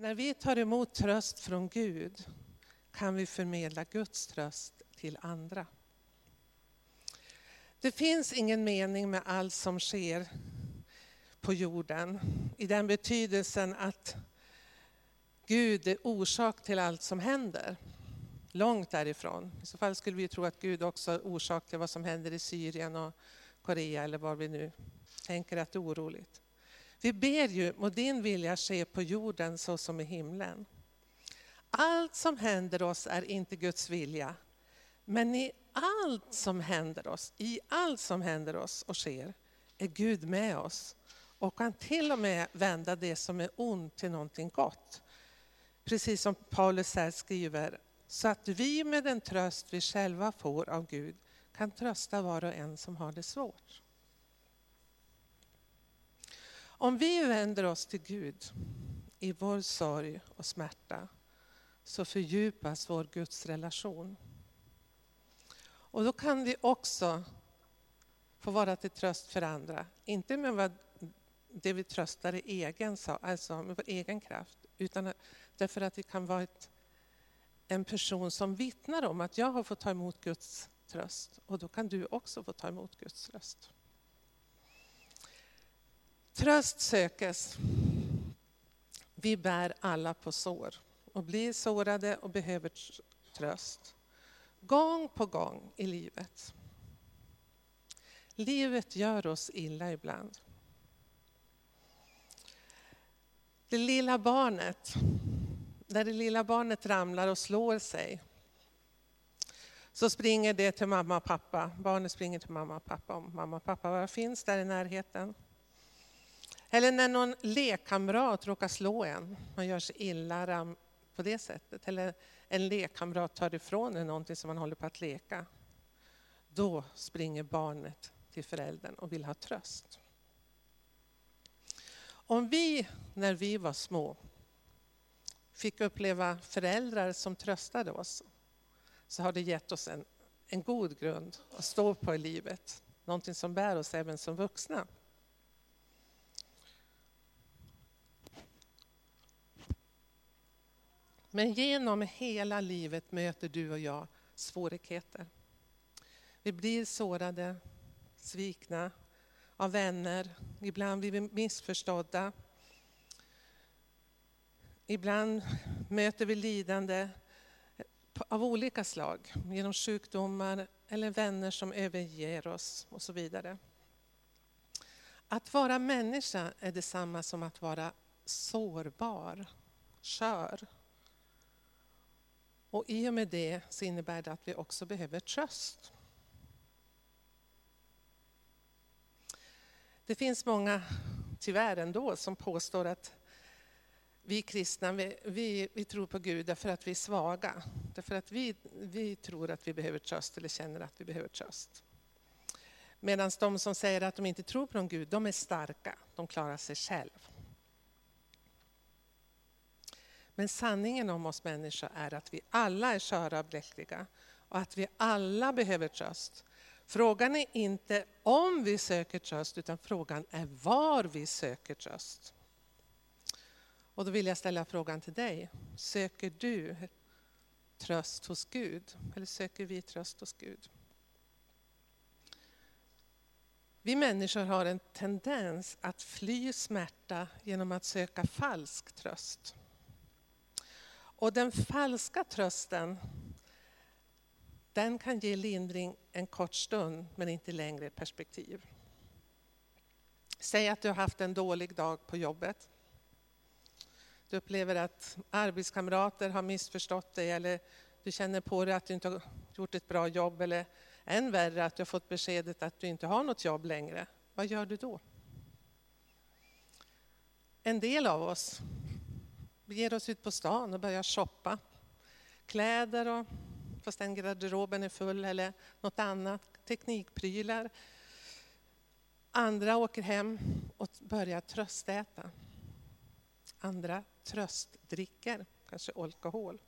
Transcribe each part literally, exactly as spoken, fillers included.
När vi tar emot tröst från Gud kan vi förmedla Guds tröst till andra. Det finns ingen mening med allt som sker på jorden i den betydelsen att Gud är orsak till allt som händer. Långt därifrån. I så fall skulle vi tro att Gud också är orsak till vad som händer i Syrien och Korea eller var vi nu tänker att det är oroligt. Vi ber ju, må din vilja ske på jorden så som i himlen. Allt som händer oss är inte Guds vilja. Men i allt som händer oss, i allt som händer oss och sker, är Gud med oss. Och kan till och med vända det som är ont till någonting gott. Precis som Paulus här skriver. Så att vi med den tröst vi själva får av Gud kan trösta var och en som har det svårt. Om vi vänder oss till Gud i vår sorg och smärta så fördjupas vår Guds relation. Och då kan vi också få vara till tröst för andra. Inte med vad det vi tröstar i egen, alltså med vår egen kraft. Utan därför att vi kan vara ett, en person som vittnar om att jag har fått ta emot Guds tröst. Och då kan du också få ta emot Guds tröst. Tröst sökes. Vi bär alla på sår och blir sårade och behöver tröst. Gång på gång i livet. Livet gör oss illa ibland. Det lilla barnet, när det lilla barnet ramlar och slår sig, så springer det till mamma och pappa. Barnet springer till mamma och pappa. Om mamma och pappa bara finns där i närheten. Eller när någon lekkamrat råkar slå en. Man gör sig illa på det sättet. Eller en lekkamrat tar ifrån en någonting som man håller på att leka. Då springer barnet till föräldern och vill ha tröst. Om vi, när vi var små, fick uppleva föräldrar som tröstade oss, så har det gett oss en, en god grund att stå på i livet. Någonting som bär oss även som vuxna. Men genom hela livet möter du och jag svårigheter. Vi blir sårade, svikna av vänner. Ibland blir vi missförstådda. Ibland möter vi lidande av olika slag. Genom sjukdomar eller vänner som överger oss och så vidare. Att vara människa är detsamma som att vara sårbar, skör. Och i och med det så innebär det att vi också behöver tröst. Det finns många, tyvärr ändå, som påstår att vi kristna, vi, vi, vi tror på Gud därför att vi är svaga. Därför att vi, vi tror att vi behöver tröst eller känner att vi behöver tröst. Medan de som säger att de inte tror på någon Gud, de är starka. De klarar sig själv. Men sanningen om oss människor är att vi alla är sköra och bräckliga. Och att vi alla behöver tröst. Frågan är inte om vi söker tröst, utan frågan är var vi söker tröst. Och då vill jag ställa frågan till dig. Söker du tröst hos Gud? Eller söker vi tröst hos Gud? Vi människor har en tendens att fly smärta genom att söka falsk tröst. Och den falska trösten, den kan ge lindring en kort stund men inte längre perspektiv. Säg att du har haft en dålig dag på jobbet. Du upplever att arbetskamrater har missförstått dig eller du känner på dig att du inte har gjort ett bra jobb eller än värre att du har fått beskedet att du inte har något jobb längre. Vad gör du då? En del av oss ger oss ut på stan och börjar shoppa. Kläder och fast den garderoben är full eller något annat. Teknikprylar. Andra åker hem och börjar tröstäta. Andra tröstdricker, kanske alkohol.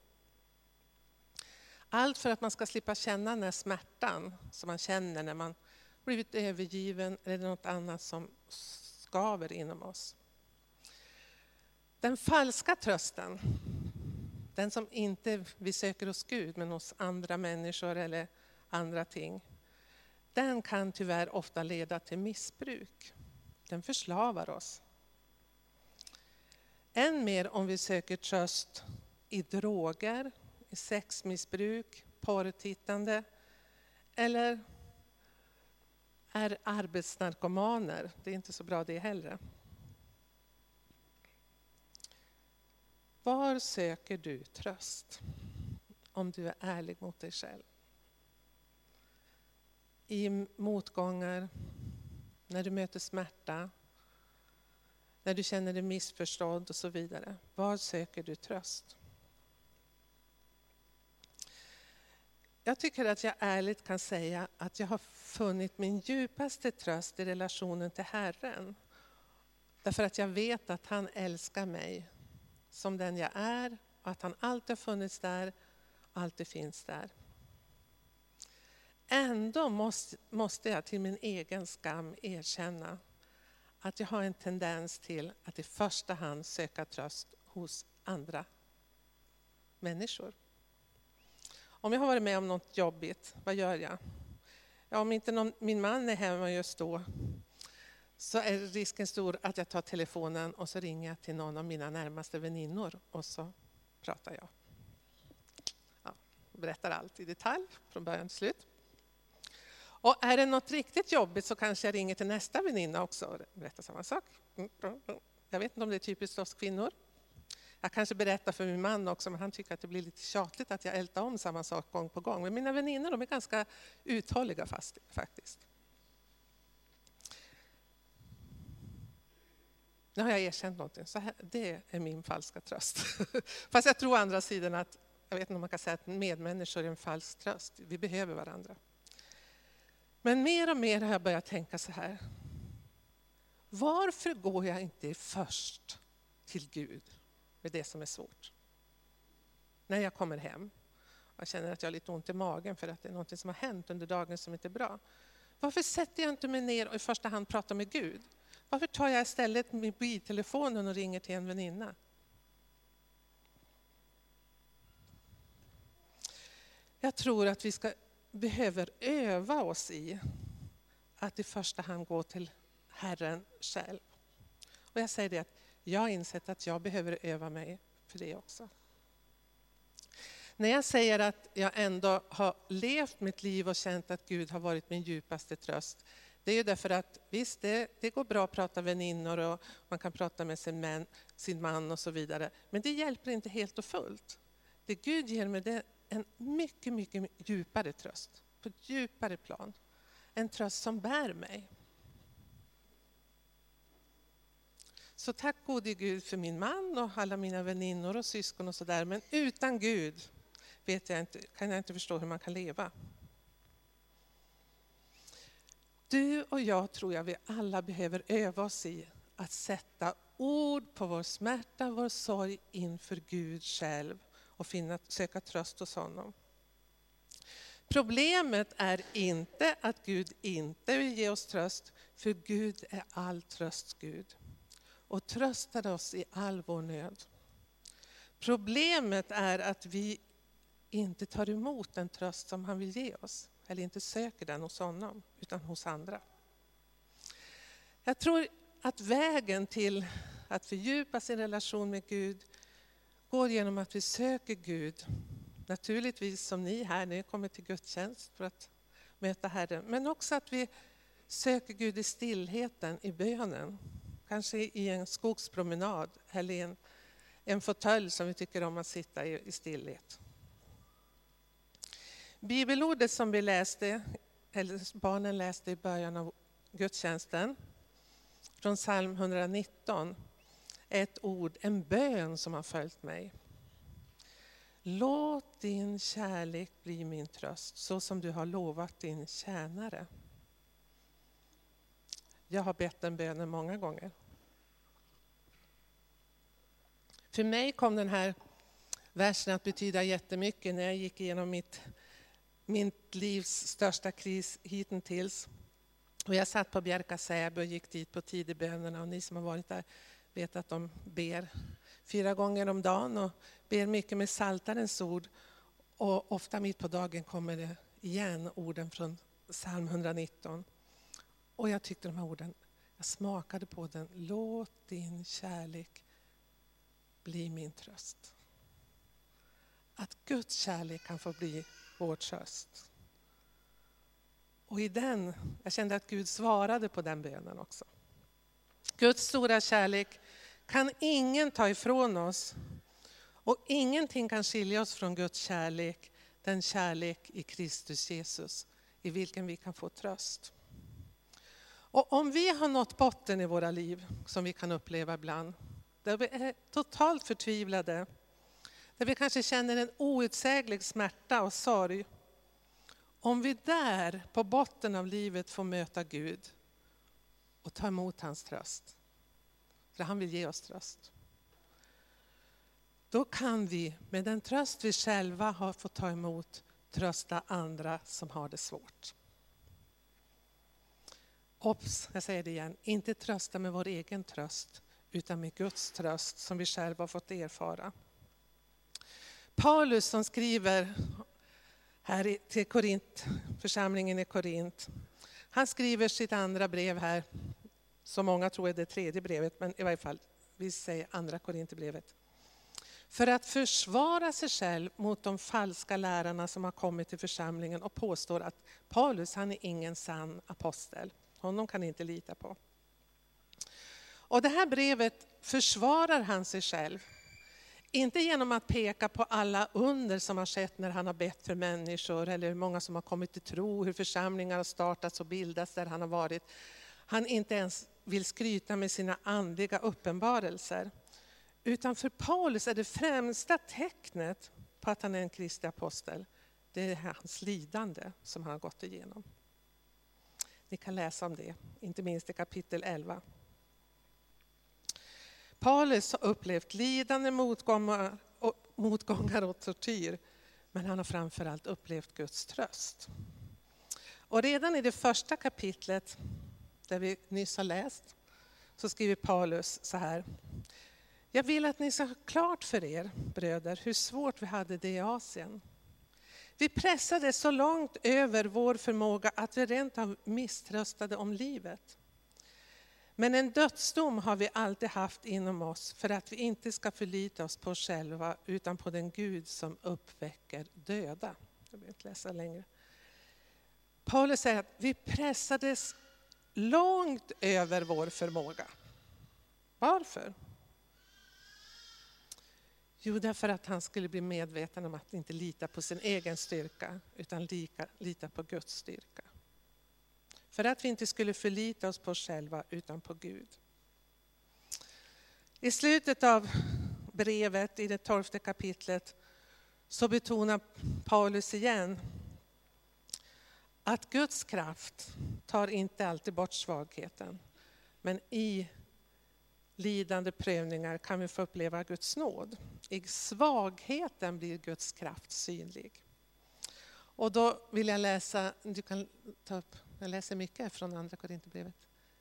Allt för att man ska slippa känna den här smärtan som man känner när man blivit övergiven eller något annat som skaver inom oss. Den falska trösten, den som inte vi söker hos Gud men hos andra människor eller andra ting, den kan tyvärr ofta leda till missbruk. Den förslavar oss. Än mer om vi söker tröst i droger, i sexmissbruk, porrtittande eller är arbetsnarkomaner. Det är inte så bra det heller. Var söker du tröst om du är ärlig mot dig själv? I motgångar, när du möter smärta, när du känner dig missförstådd och så vidare. Var söker du tröst? Jag tycker att jag ärligt kan säga att jag har funnit min djupaste tröst i relationen till Herren. Därför att jag vet att han älskar mig som den jag är och att han alltid har funnits där, alltid finns där. Ändå måste, måste jag till min egen skam erkänna att jag har en tendens till att i första hand söka tröst hos andra människor. Om jag har varit med om något jobbigt, vad gör jag? Ja, om inte någon, min man är hemma just då, så är risken stor att jag tar telefonen och så ringer jag till någon av mina närmaste väninnor och så pratar jag. Ja, berättar allt i detalj från början till slut. Och är det något riktigt jobbigt så kanske jag ringer till nästa väninna också och berättar samma sak. Jag vet inte om det är typiskt oss kvinnor. Jag kanske berättar för min man också, men han tycker att det blir lite tjatigt att jag ältar om samma sak gång på gång. Men mina väninnor, de är ganska uthålliga fast, faktiskt. Nu har jag erkänt någonting. Så här, det är min falska tröst. Fast jag tror å andra sidan att, jag vet inte om man kan säga att medmänniskor är en falsk tröst. Vi behöver varandra. Men mer och mer har jag börjat tänka så här. Varför går jag inte först till Gud med det som är svårt? När jag kommer hem. Jag känner att jag har lite ont i magen för att det är något som har hänt under dagen som inte är bra. Varför sätter jag inte mig ner och i första hand pratar med Gud? Varför tar jag istället mobiltelefonen och ringer till en väninna? Jag tror att vi ska, behöver öva oss i att i första hand gå till Herren själv. Och jag säger det att jag har insett att jag behöver öva mig för det också. När jag säger att jag ändå har levt mitt liv och känt att Gud har varit min djupaste tröst, det är ju därför att visst, det, det går bra att prata väninnor och man kan prata med sin man, sin man och så vidare. Men det hjälper inte helt och fullt. Det Gud ger mig, det är en mycket, mycket djupare tröst. På ett djupare plan. En tröst som bär mig. Så tack gode Gud för min man och alla mina väninnor och syskon och sådär. Men utan Gud vet jag inte, kan jag inte förstå hur man kan leva. Du och jag tror jag vi alla behöver öva oss i att sätta ord på vår smärta, vår sorg inför Gud själv och finna, söka tröst hos honom. Problemet är inte att Gud inte vill ge oss tröst, för Gud är all trösts Gud och tröstar oss i all vår nöd. Problemet är att vi inte tar emot den tröst som han vill ge oss. Eller inte söker den hos honom, utan hos andra. Jag tror att vägen till att fördjupa sin relation med Gud går genom att vi söker Gud. Naturligtvis som ni här, ni kommer till gudstjänst för att möta Herren. Men också att vi söker Gud i stillheten, i bönen. Kanske i en skogspromenad eller i en, en fåtölj som vi tycker om att sitta i, i stillhet. Bibelordet som vi läste, eller barnen läste i början av gudstjänsten, från psalm etthundranitton, är ett ord, en bön som har följt mig. Låt din kärlek bli min tröst, så som du har lovat din tjänare. Jag har bett den bönen många gånger. För mig kom den här versen att betyda jättemycket när jag gick igenom mitt mitt livs största kris hittills. Och jag satt på Bjärka Säby och gick dit på tidebönerna, och ni som har varit där vet att de ber fyra gånger om dagen och ber mycket med Psaltarens ord. Och ofta mitt på dagen kommer det igen orden från psalm etthundranitton. Och jag tyckte de här orden, jag smakade på den. Låt din kärlek bli min tröst. Att Guds kärlek kan få bli vår tröst. Och i den, jag kände att Gud svarade på den bönen också. Guds stora kärlek kan ingen ta ifrån oss. Och ingenting kan skilja oss från Guds kärlek. Den kärlek i Kristus Jesus, i vilken vi kan få tröst. Och om vi har nått botten i våra liv, som vi kan uppleva ibland, där vi är totalt förtvivlade, där vi kanske känner en outsäglig smärta och sorg. Om vi där på botten av livet får möta Gud och ta emot hans tröst, för han vill ge oss tröst. Då kan vi med den tröst vi själva har fått ta emot trösta andra som har det svårt. Ops, jag säger det igen, inte trösta med vår egen tröst utan med Guds tröst som vi själva har fått erfara. Paulus som skriver här till Korint, församlingen i Korint. Han skriver sitt andra brev här, som många tror är det tredje brevet, men i varje fall, vi säger andra Korinthierbrevet. För att försvara sig själv mot de falska lärarna som har kommit till församlingen och påstår att Paulus, han är ingen sann apostel. Honom kan inte lita på. Och det här brevet försvarar han sig själv. Inte genom att peka på alla under som har skett när han har bett för människor, eller hur många som har kommit till tro, hur församlingar har startats och bildats där han har varit. Han inte ens vill skryta med sina andliga uppenbarelser. Utan för Paulus är det främsta tecknet på att han är en Kristi apostel, det är hans lidande som han har gått igenom. Ni kan läsa om det, inte minst i kapitel elva. Paulus har upplevt lidande, motgångar och, motgångar och tortyr, men han har framförallt upplevt Guds tröst. Och redan i det första kapitlet, där vi nyss har läst, så skriver Paulus så här. Jag vill att ni ska ha klart för er, bröder, hur svårt vi hade det i Asien. Vi pressade så långt över vår förmåga att vi rent av misströstade om livet. Men en dödsdom har vi alltid haft inom oss för att vi inte ska förlita oss på oss själva utan på den Gud som uppväcker döda. Jag vill inte läsa längre. Paulus säger att vi pressades långt över vår förmåga. Varför? Jo, därför att han skulle bli medveten om att inte lita på sin egen styrka utan lika, lita på Guds styrka. För att vi inte skulle förlita oss på oss själva utan på Gud. I slutet av brevet i det tolfte kapitlet så betonar Paulus igen att Guds kraft tar inte alltid bort svagheten. Men i lidande prövningar kan vi få uppleva Guds nåd. I svagheten blir Guds kraft synlig. Och då vill jag läsa, du kan ta upp, jag läser mycket från andra Korinthierbrevet.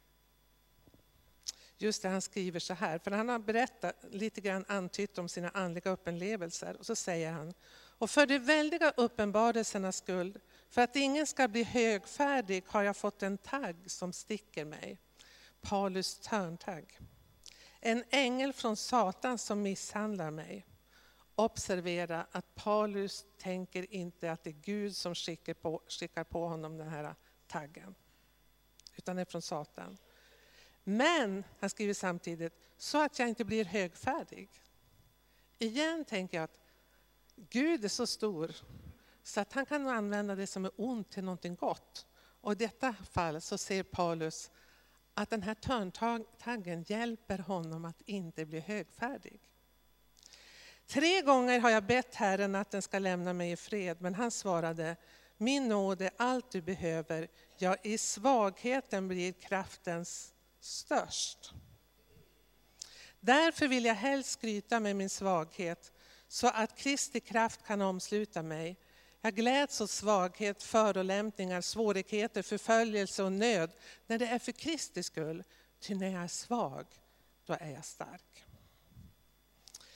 Just det, han skriver så här, för han har berättat lite grann antytt om sina andliga uppenlevelser. Och så säger han, och för de väldiga uppenbarelsernas skull, för att ingen ska bli högfärdig har jag fått en tagg som sticker mig. Paulus törntagg. En ängel från Satan som misshandlar mig. Observera att Paulus tänker inte att det är Gud som skickar på, skickar på honom den här taggen. Utan det är från Satan. Men, han skriver samtidigt, så att jag inte blir högfärdig. Igen tänker jag att Gud är så stor så att han kan använda det som är ont till någonting gott. Och i detta fall så ser Paulus att den här törntaggen hjälper honom att inte bli högfärdig. Tre gånger har jag bett Herren att den ska lämna mig i fred, men han svarade, min nåd är allt du behöver, ja i svagheten blir kraftens störst. Därför vill jag helst skryta med min svaghet, så att Kristi kraft kan omsluta mig. Jag gläds åt svaghet, förolämpningar, svårigheter, förföljelse och nöd, när det är för Kristi skull. Ty när jag är svag, då är jag stark.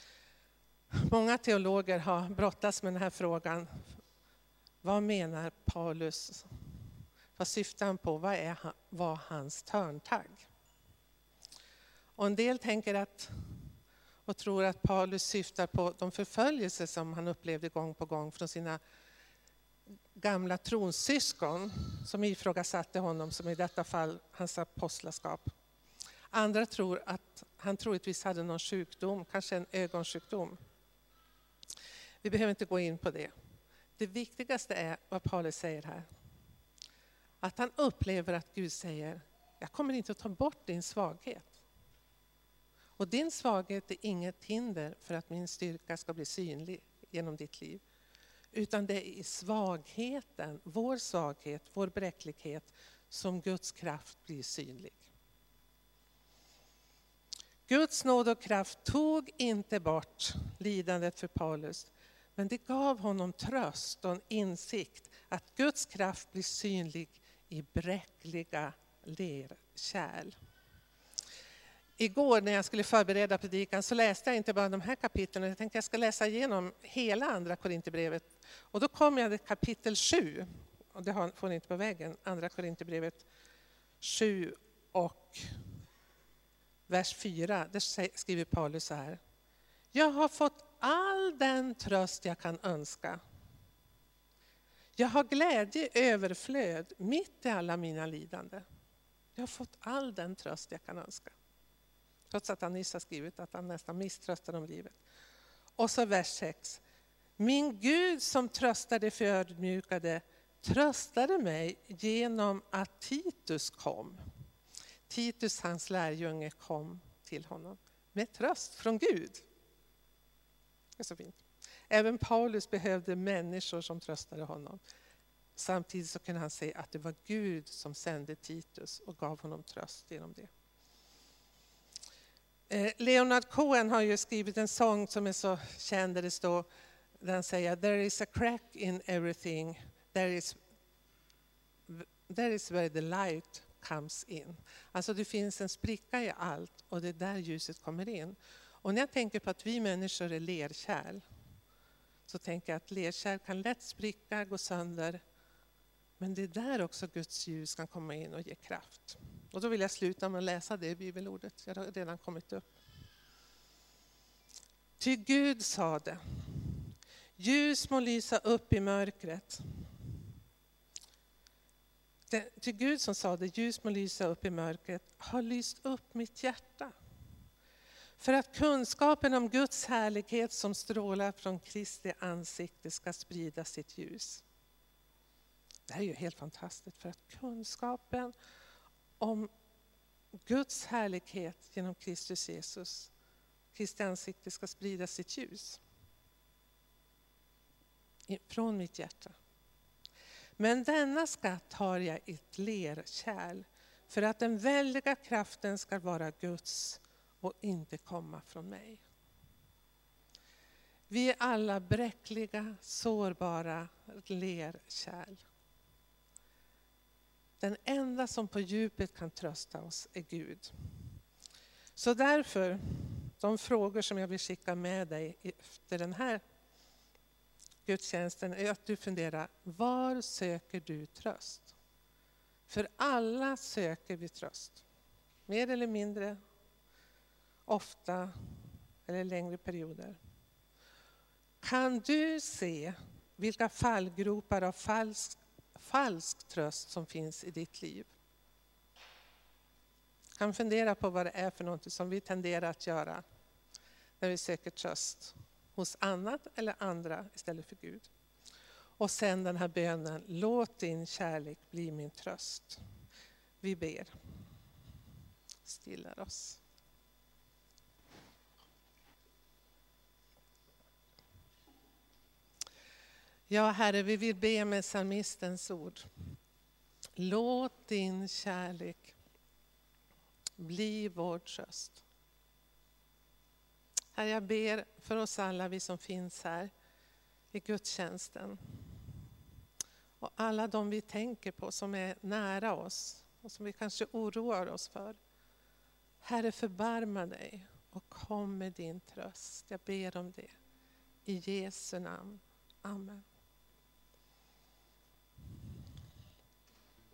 Många teologer har brottats med den här frågan. Vad menar Paulus? Vad syftar han på? Vad är, var hans törntagg? Och en del tänker att och tror att Paulus syftar på de förföljelser som han upplevde gång på gång från sina gamla tronsyskon som ifrågasatte honom, som i detta fall hans apostlaskap. Andra tror att han troligtvis hade någon sjukdom, kanske en ögonsjukdom. Vi behöver inte gå in på det. Det viktigaste är vad Paulus säger här. Att han upplever att Gud säger, jag kommer inte att ta bort din svaghet. Och din svaghet är inget hinder för att min styrka ska bli synlig genom ditt liv. Utan det är i svagheten, vår svaghet, vår bräcklighet, som Guds kraft blir synlig. Guds nåd och kraft tog inte bort lidandet för Paulus, men det gav honom tröst och en insikt att Guds kraft blir synlig i bräckliga lerkärl. Igår när jag skulle förbereda predikan så läste jag inte bara de här kapitlen. Jag tänkte att jag ska läsa igenom hela andra Korinthierbrevet. Och då kom jag till kapitel sju. Och det får ni inte på väggen. Andra Korinthierbrevet sju och vers fyra. Där skriver Paulus så här. Jag har fått all den tröst jag kan önska. Jag har glädje överflöd mitt i alla mina lidande. Jag har fått all den tröst jag kan önska. Trots att han nyss har skrivit att han nästan misströstar om livet. Och så vers sex. Min Gud som tröstade förödmjukade tröstade mig genom att Titus kom. Titus, hans lärjunge, kom till honom med tröst från Gud. Det är så fint. Även Paulus behövde människor som tröstade honom. Samtidigt så kunde han säga att det var Gud som sände Titus och gav honom tröst genom det. Leonard Cohen har ju skrivit en sång som är så känd där det står, där han säger there is a crack in everything, there is, there is where the light comes in. Alltså det finns en spricka i allt och det är där ljuset kommer in. Och när jag tänker på att vi människor är lerkärl så tänker jag att lerkärl kan lätt spricka, gå sönder. Men det är där också Guds ljus kan komma in och ge kraft. Och då vill jag sluta med att läsa det bibelordet. Jag har redan kommit upp. Ty Gud sa det. Ljus må lysa upp i mörkret. Det, ty Gud som sa det, ljus må lysa upp i mörkret, har lyst upp mitt hjärta. För att kunskapen om Guds härlighet som strålar från Kristi ansikte ska sprida sitt ljus. Det här är ju helt fantastiskt, för att kunskapen om Guds härlighet genom Kristus Jesus, Kristi ansikte, ska sprida sitt ljus från mitt hjärta. Men denna skatt har jag i ett lerkärl för att den väldiga kraften ska vara Guds och inte komma från mig. Vi är alla bräckliga, sårbara lerkärl. Den enda som på djupet kan trösta oss är Gud. Så därför, de frågor som jag vill skicka med dig efter den här gudstjänsten är att du funderar, var söker du tröst? För alla söker vi tröst. Mer eller mindre, ofta eller längre perioder. Kan du se vilka fallgropar av falsk, falsk tröst som finns i ditt liv? Kan fundera på vad det är för något som vi tenderar att göra när vi söker tröst hos annat eller andra istället för Gud. Och sen den här bönen, låt din kärlek bli min tröst. Vi ber. Stillar oss. Ja, Herre, vi vill be med psalmistens ord. Låt din kärlek bli vår tröst. Herre, jag ber för oss alla, vi som finns här i gudstjänsten. Och alla de vi tänker på som är nära oss och som vi kanske oroar oss för. Herre, förbarma dig och kom med din tröst. Jag ber om det. I Jesu namn. Amen.